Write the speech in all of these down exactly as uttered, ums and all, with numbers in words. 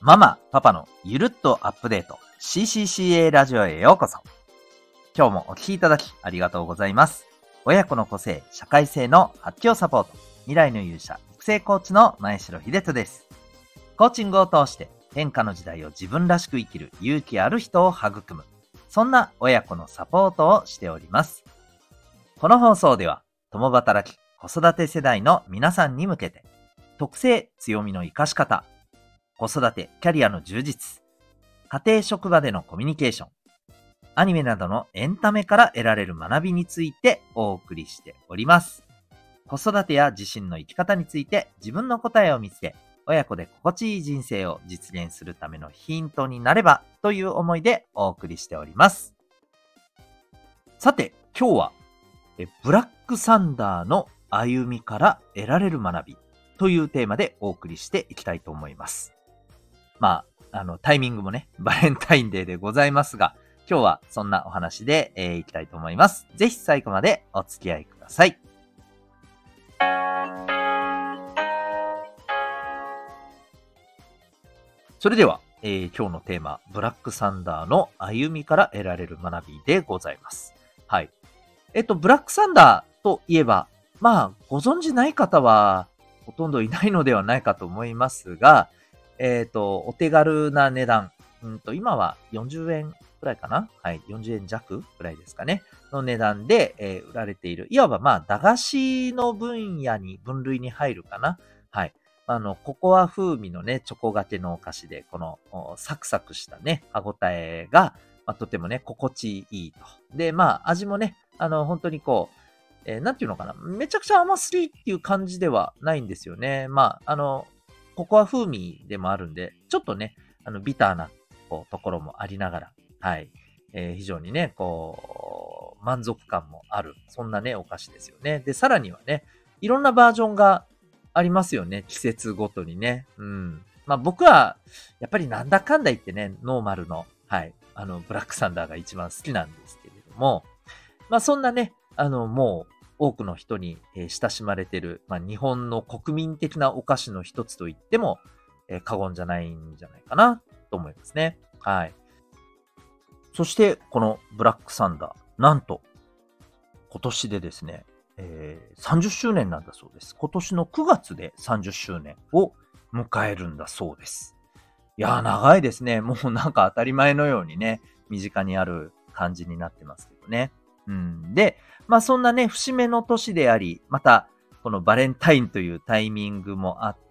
ママ、パパのゆるっとアップデート シーシーシーエー ラジオへようこそ。今日もお聞きいただきありがとうございます。親子の個性、社会性の発揮をサポート、未来の勇者、育成コーチの前城秀人です。コーチングを通して変化の時代を自分らしく生きる勇気ある人を育む、そんな親子のサポートをしております。この放送では共働き、子育て世代の皆さんに向けて、特性、強みの生かし方、子育て、キャリアの充実、家庭職場でのコミュニケーション、アニメなどのエンタメから得られる学びについてお送りしております。子育てや自身の生き方について自分の答えを見つけ、親子で心地いい人生を実現するためのヒントになればという思いでお送りしております。さて、今日はえブラックサンダーの歩みから得られる学びというテーマでお送りしていきたいと思います。まあ、あの、タイミングもね、バレンタインデーでございますが、今日はそんなお話で、えー、いきたいと思います。ぜひ最後までお付き合いください。それでは、えー、今日のテーマ、ブラックサンダーの歩みから得られる学びでございます。はい。えっと、ブラックサンダーといえば、まあ、ご存知ない方はほとんどいないのではないかと思いますが、えっと、お手軽な値段、うんと、今はよんじゅうえんくらいかな、はい、よんじゅうえん弱くらいですかね、の値段で、えー売られている、いわばまあ、駄菓子の分野に、分類に入るかな。はい。あの、ココア風味のね、チョコがけのお菓子で、この、おサクサクしたね、歯ごたえが、まあ、とてもね、心地いいと。で、まあ、味もね、あの、本当にこう、えーなんていうのかな、めちゃくちゃ甘すぎっていう感じではないんですよね。まあ、あの、ココア風味でもあるんで、ちょっとね、あの、ビターな、こう、ところもありながら、はい。えー非常にね、こう、満足感もある、そんなね、お菓子ですよね。で、さらにはね、いろんなバージョンがありますよね。季節ごとにね。うん。まあ僕は、やっぱりなんだかんだ言ってね、ノーマルの、はい、あの、ブラックサンダーが一番好きなんですけれども、まあそんなね、あの、もう多くの人に、えー親しまれている、まあ日本の国民的なお菓子の一つと言っても、えー過言じゃないんじゃないかなと思いますね。はい。そして、このブラックサンダー、なんと今年でですね、えーさんじゅっしゅうねんなんだそうです。今年のくがつでさんじゅっしゅうねんを迎えるんだそうです。いやー、長いですね。もうなんか当たり前のようにね、身近にある感じになってますけどね。うん。で、まあそんなね、節目の年であり、また、このバレンタインというタイミングもあって、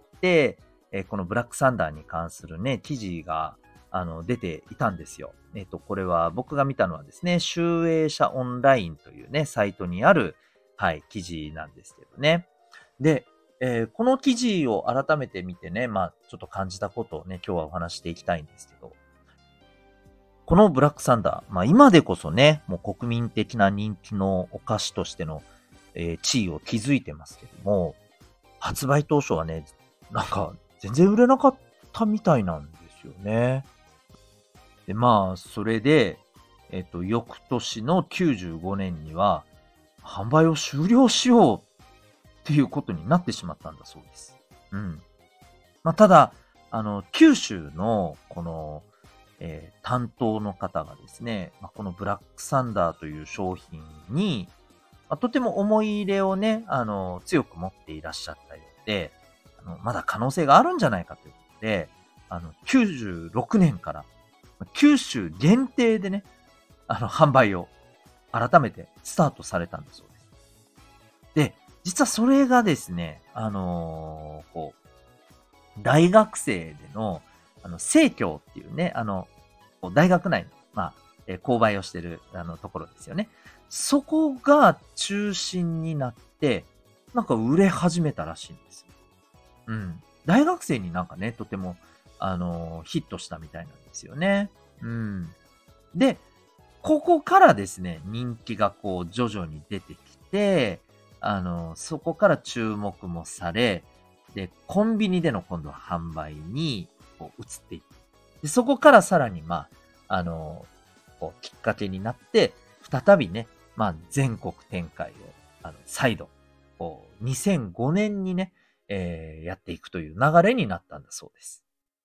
えーこのブラックサンダーに関するね、記事が、あの、出ていたんですよ。えっと、これは僕が見たのはですね、集英社オンラインというね、サイトにある、はい、記事なんですけどね。で、えーこの記事を改めて見てね、まあ、ちょっと感じたことをね、今日はお話していきたいんですけど、このブラックサンダー、まあ今でこそね、もう国民的な人気のお菓子としての、えー地位を築いてますけども、発売当初はね、なんか全然売れなかったみたいなんですよね。で、まあ、それで、えっと、翌年のきゅうじゅうごねんには、販売を終了しようっていうことになってしまったんだそうです。うん。まあ、ただ、あの、九州の、この、えー担当の方がですね、まあ、このブラックサンダーという商品に、まあ、とても思い入れをね、あの、強く持っていらっしゃったようで、あの、まだ可能性があるんじゃないかということで、あの、きゅうじゅうろくねんから九州限定でね、あの、販売を改めてスタートされたんだそうです。で、実はそれがですね、あのーこう、大学生での、あの、生協っていうね、あの、こう大学内の、まあ、えー購買をしてる、あの、ところですよね。そこが中心になって、なんか売れ始めたらしいんですよ。うん。大学生になんかね、とても、あのーヒットしたみたいなんですよね。うん。で、ここからですね、人気がこう徐々に出てきて、あの、そこから注目もされ、で、コンビニでの今度は販売にこう移っていく。で、そこからさらに、まあ、あの、こうきっかけになって、再びね、まあ、全国展開を、あの、再度、こう、にせんごねんにね、えーやっていくという流れになったんだそうです。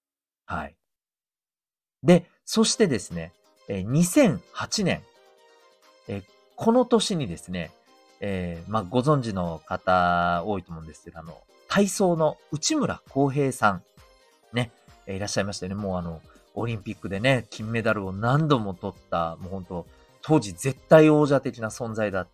はい。で、そしてですね、えーにせんはちねん、えーこの年にですね、えーまあ、ご存知の方多いと思うんですけど、あの、体操の内村航平さん、ね、えーいらっしゃいましたよね。もうあの、オリンピックでね、金メダルを何度も取った、もう本当当時絶対王者的な存在だった、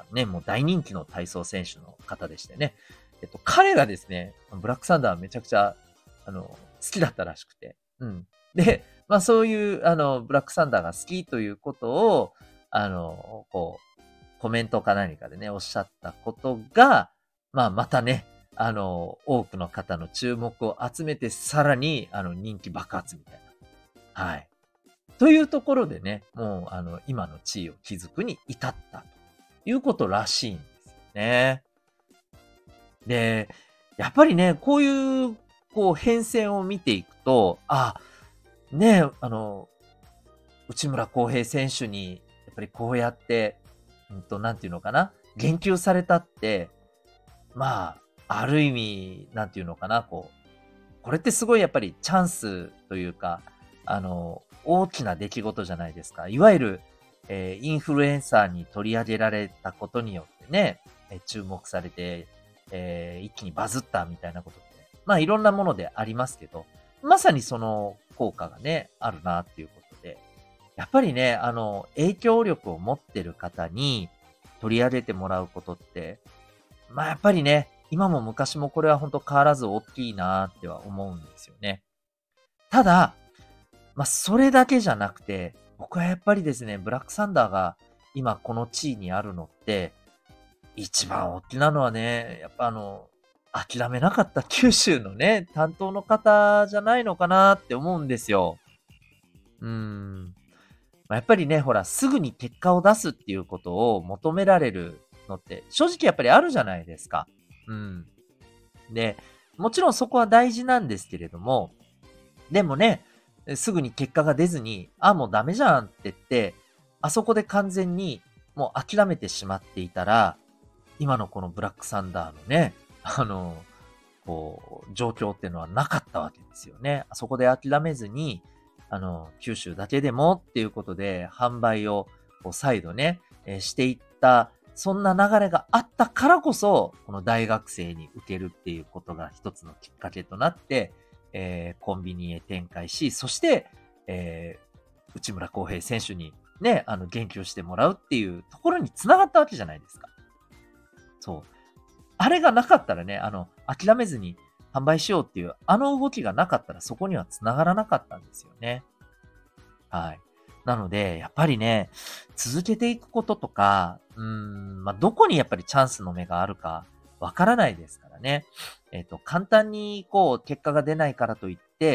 ね、もう大人気の体操選手の方でしてね。えっと、彼がですね、ブラックサンダーめちゃくちゃ、あの、好きだったらしくて。うん。で、まあそういう、あの、ブラックサンダーが好きということを、あの、こう、コメントか何かでね、おっしゃったことが、まあまたね、あの、多くの方の注目を集めて、さらに、あの、人気爆発みたいな。はい。というところでね、もう、あの、今の地位を築くに至ったということらしいんですよね。で、やっぱりね、こういう、こう、変遷を見ていくと、あ、ね、あの、内村航平選手に、やっぱりこうやって、うんと、なんていうのかな、言及されたって、まあ、ある意味、なんていうのかな、こう、これってすごいやっぱりチャンスというか、あの、大きな出来事じゃないですか。いわゆる、えーインフルエンサーに取り上げられたことによってね、えー注目されて、えー一気にバズったみたいなことって、まあいろんなものでありますけど、まさにその効果がね、あるなっていうことで、やっぱりね、あの、影響力を持ってる方に取り上げてもらうことって、まあ、やっぱりね、今も昔もこれは本当変わらず大きいなっては思うんですよね。ただ、まあ、それだけじゃなくて、僕はやっぱりですね、ブラックサンダーが今この地位にあるのって、一番大きなのはね、やっぱあの、諦めなかった九州のね、担当の方じゃないのかなって思うんですよ。うーん。まあ、やっぱりね、ほら、すぐに結果を出すっていうことを求められるのって、正直やっぱりあるじゃないですか。うん。で、もちろんそこは大事なんですけれども、でもね、すぐに結果が出ずに、あ、もうダメじゃんって言って、あそこで完全にもう諦めてしまっていたら、今のこのブラックサンダーのね、あの、こう、状況っていうのはなかったわけですよね。あそこで諦めずに、あの、九州だけでもっていうことで販売をこう再度ね、えーしていった、そんな流れがあったからこそ、この大学生に受けるっていうことが一つのきっかけとなって、えーコンビニへ展開し、そして、えー内村航平選手にね、あの、言及してもらうっていうところに繋がったわけじゃないですか。そう。あれがなかったらね、あの、諦めずに販売しようっていう、あの動きがなかったらそこには繋がらなかったんですよね。はい。なので、やっぱりね、続けていくこととか、うーん、まあ、どこにやっぱりチャンスの目があるかわからないですからね。えっと、簡単にこう、結果が出ないからといって、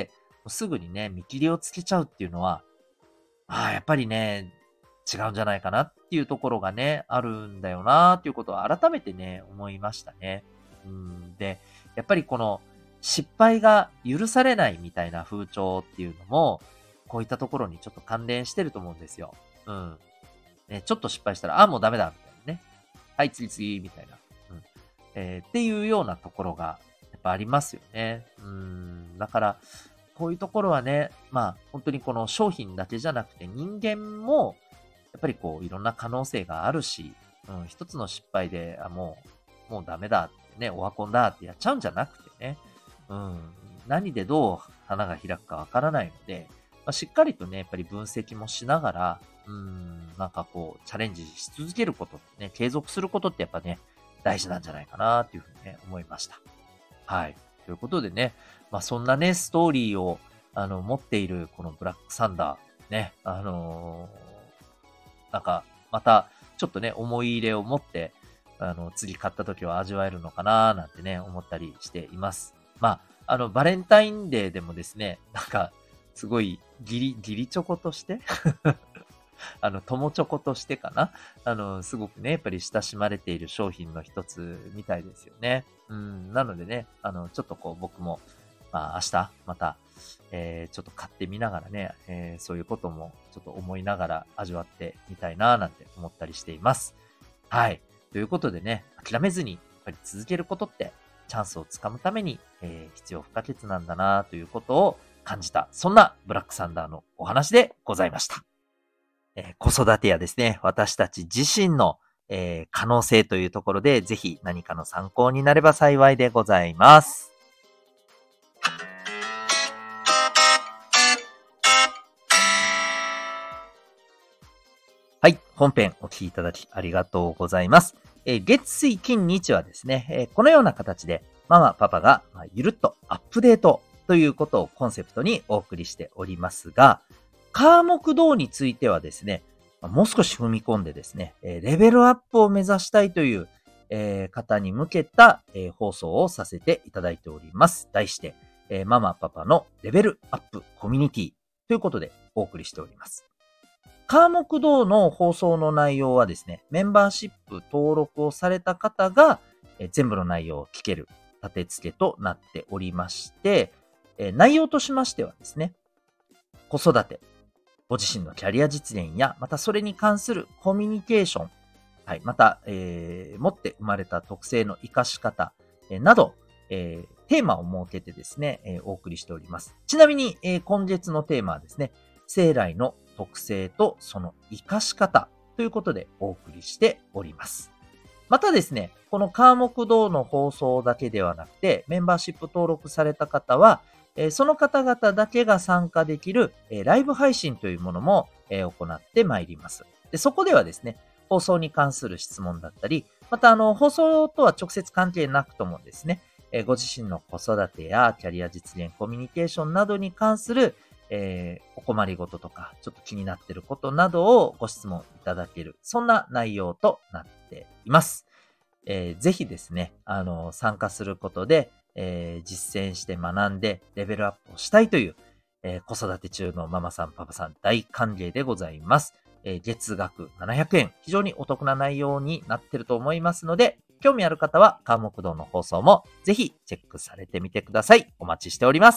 すぐにね、見切りをつけちゃうっていうのは、ああ、やっぱりね、違うんじゃないかなっていうところがね、あるんだよなっていうことを改めてね、思いましたね。うん。で、やっぱりこの失敗が許されないみたいな風潮っていうのも、こういったところにちょっと関連してると思うんですよ。うん。ね、ちょっと失敗したら、あ、もうダメだ、みたいなね。はい、次次、みたいな。うん。えーっていうようなところが、やっぱありますよね。うん。だから、こういうところはね、まあ、本当にこの商品だけじゃなくて、人間も、やっぱりこう、いろんな可能性があるし、うん、一つの失敗で、あ、もう、もうダメだってね、オワコンだってやっちゃうんじゃなくてね、うん、何でどう花が開くかわからないので、まあ、しっかりとね、やっぱり分析もしながら、うん、なんかこう、チャレンジし続けることってね、継続することってやっぱね、大事なんじゃないかなっていうふうにね、思いました。はい。ということでね、まあ、そんなね、ストーリーを、あの、持っているこのブラックサンダー、ね、あのーなんか、また、ちょっとね、思い入れを持って、あの、次買った時は味わえるのかななんてね、思ったりしています。まあ、あの、バレンタインデーでもですね、なんか、すごい、ギリ、ギリチョコとしてあの、友チョコとしてかな。あの、すごくね、やっぱり親しまれている商品の一つみたいですよね。うん、なのでね、あの、ちょっとこう僕も、まあ明日、また、えー、ちょっと買ってみながらね、えー、そういうこともちょっと思いながら味わってみたいななんて思ったりしています。はい。ということでね、諦めずに、やっぱり続けることって、チャンスをつかむために、えー、必要不可欠なんだなということを感じた、そんなブラックサンダーのお話でございました。えー、子育てやですね、私たち自身の、えー、可能性というところで、ぜひ何かの参考になれば幸いでございます。はい。本編お聞きいただきありがとうございます。えー、月水金日はですね、えー、このような形でママパパが、まあ、ゆるっとアップデートということをコンセプトにお送りしておりますが、火木土についてはですね、もう少し踏み込んでですね、レベルアップを目指したいという、えー、方に向けた、えー、放送をさせていただいております。題して、えー、ママパパのレベルアップコミュニティということでお送りしております。火木土の放送の内容はですね、メンバーシップ登録をされた方が、えー、全部の内容を聞ける立て付けとなっておりまして、えー、内容としましてはですね、子育て、ご自身のキャリア実現や、またそれに関するコミュニケーション、はい、また、えー、持って生まれた特性の活かし方、えー、など、えー、テーマを設けてですね、えー、お送りしております。ちなみに、えー、今月のテーマはですね、生来の特性とその活かし方ということでお送りしております。またですね、この火木土の放送だけではなくて、メンバーシップ登録された方は、えー、その方々だけが参加できる、えー、ライブ配信というものも、えー、行ってまいります。で、そこではですね、放送に関する質問だったり、またあの、放送とは直接関係なくともですね、えー、ご自身の子育てやキャリア実現、コミュニケーションなどに関する、えー、お困りごととか、ちょっと気になっていることなどをご質問いただける、そんな内容となっています。えー、ぜひですね、あの、参加することで、えー、実践して学んでレベルアップをしたいという、えー、子育て中のママさん、パパさん大歓迎でございます。えー、月額ななひゃくえん、非常にお得な内容になっていると思いますので、興味ある方は、火木土の放送もぜひチェックされてみてください。お待ちしております。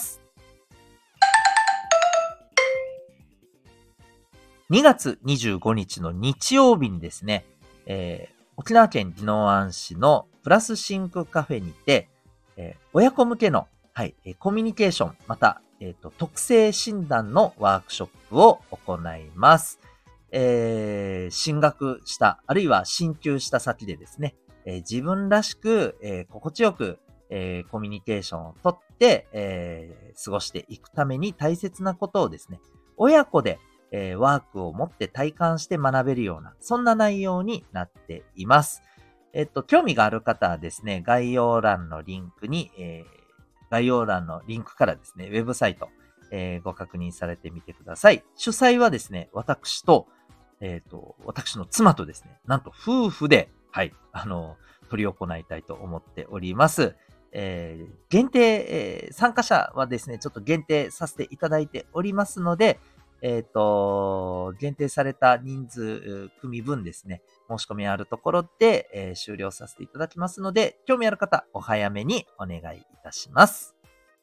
にがつにじゅうごにちの日曜日にですね、えー、沖縄県宜野湾市のプラスシンクカフェにて、えー、親子向けの、はい、えー、コミュニケーション、また、えっと、特性診断のワークショップを行います。えー、進学した、あるいは進級した先でですね、えー、自分らしく、えー、心地よく、えー、コミュニケーションをとって、えー、過ごしていくために大切なことをですね、親子で、えー、ワークを持って体感して学べるような、そんな内容になっています。えっと、興味がある方はですね、概要欄のリンクに、えー、概要欄のリンクからですね、ウェブサイト、えー、ご確認されてみてください。主催はですね、私と、えっと、私の妻とですね、なんと夫婦で、はい、あの、取り行いたいと思っております。えー、限定、えー、参加者はですね、ちょっと限定させていただいておりますので、えっと、限定された人数、組分ですね、申し込みあるところで、えー、終了させていただきますので、興味ある方、お早めにお願いいたします。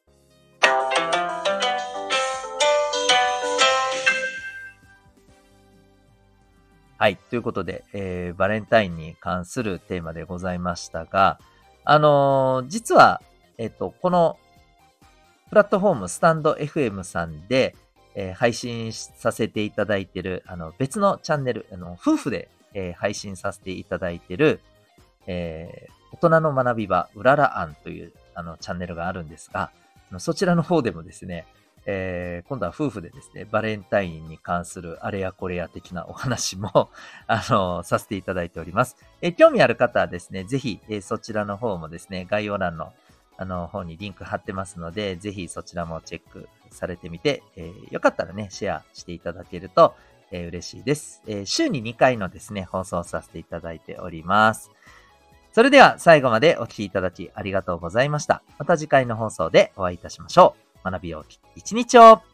はい。ということで、えー、バレンタインに関するテーマでございましたが、あのー、実は、えっと、このプラットフォーム、スタンド エフエム さんで、えー、配信させていただいている、あの、別のチャンネル、あの、夫婦で、えー、配信させていただいている、えー、大人の学び場、うらら案という、あの、チャンネルがあるんですが、そちらの方でもですね、えー、今度は夫婦でですね、バレンタインに関するあれやこれや的なお話も、あの、させていただいております。えー、興味ある方はですね、ぜひ、えー、そちらの方もですね、概要欄のあの方にリンク貼ってますので、ぜひそちらもチェックされてみて、えー、よかったらね、シェアしていただけると、えー、嬉しいです、えー。週ににかいのですね、放送させていただいております。それでは最後までお聞きいただきありがとうございました。また次回の放送でお会いいたしましょう。学びよう一日を。